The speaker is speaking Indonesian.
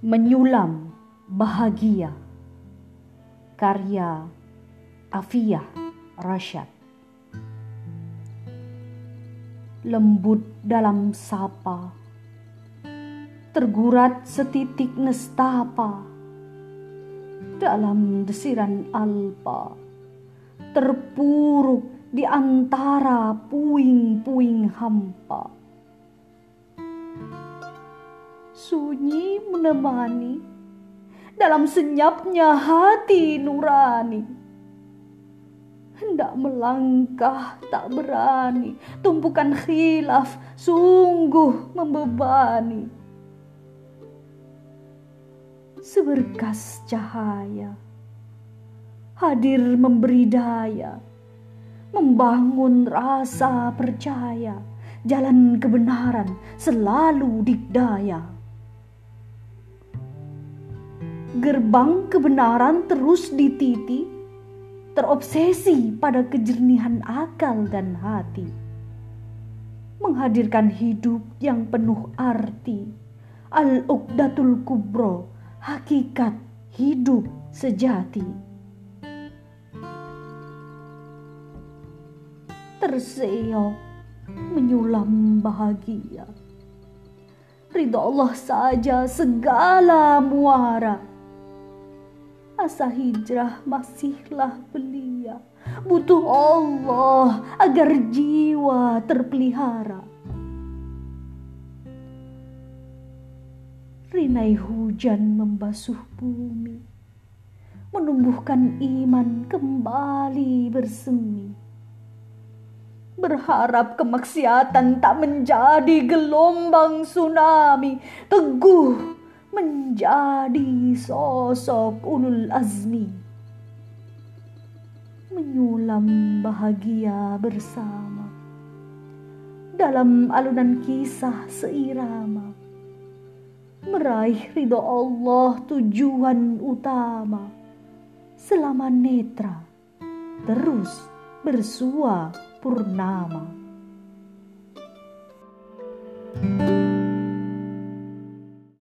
Menyulam Bahagia, karya Afiyah Rashad. Lembut dalam sapa, tergurat setitik nestapa, dalam desiran alpa, terpuruk di antara puing-puing hampa. Sunyi menemani dalam senyapnya hati nurani. Hendak melangkah tak berani, tumpukan khilaf sungguh membebani. Seberkas cahaya hadir memberi daya, membangun rasa percaya, jalan kebenaran selalu dikdaya. Gerbang kebenaran terus dititi, terobsesi pada kejernihan akal dan hati, menghadirkan hidup yang penuh arti, al-uqdatul kubro, hakikat hidup sejati. Terseok menyulam bahagia, ridho Allah saja segala muara. Asa hijrah masihlah belia, butuh Allah agar jiwa terpelihara. Rinai hujan membasuh bumi, menumbuhkan iman kembali bersemi. Berharap kemaksiatan tak menjadi gelombang tsunami, teguh menjadi sosok ulul azmi. Menyulam bahagia bersama dalam alunan kisah seirama, meraih ridho Allah tujuan utama, selama netra terus bersua purnama.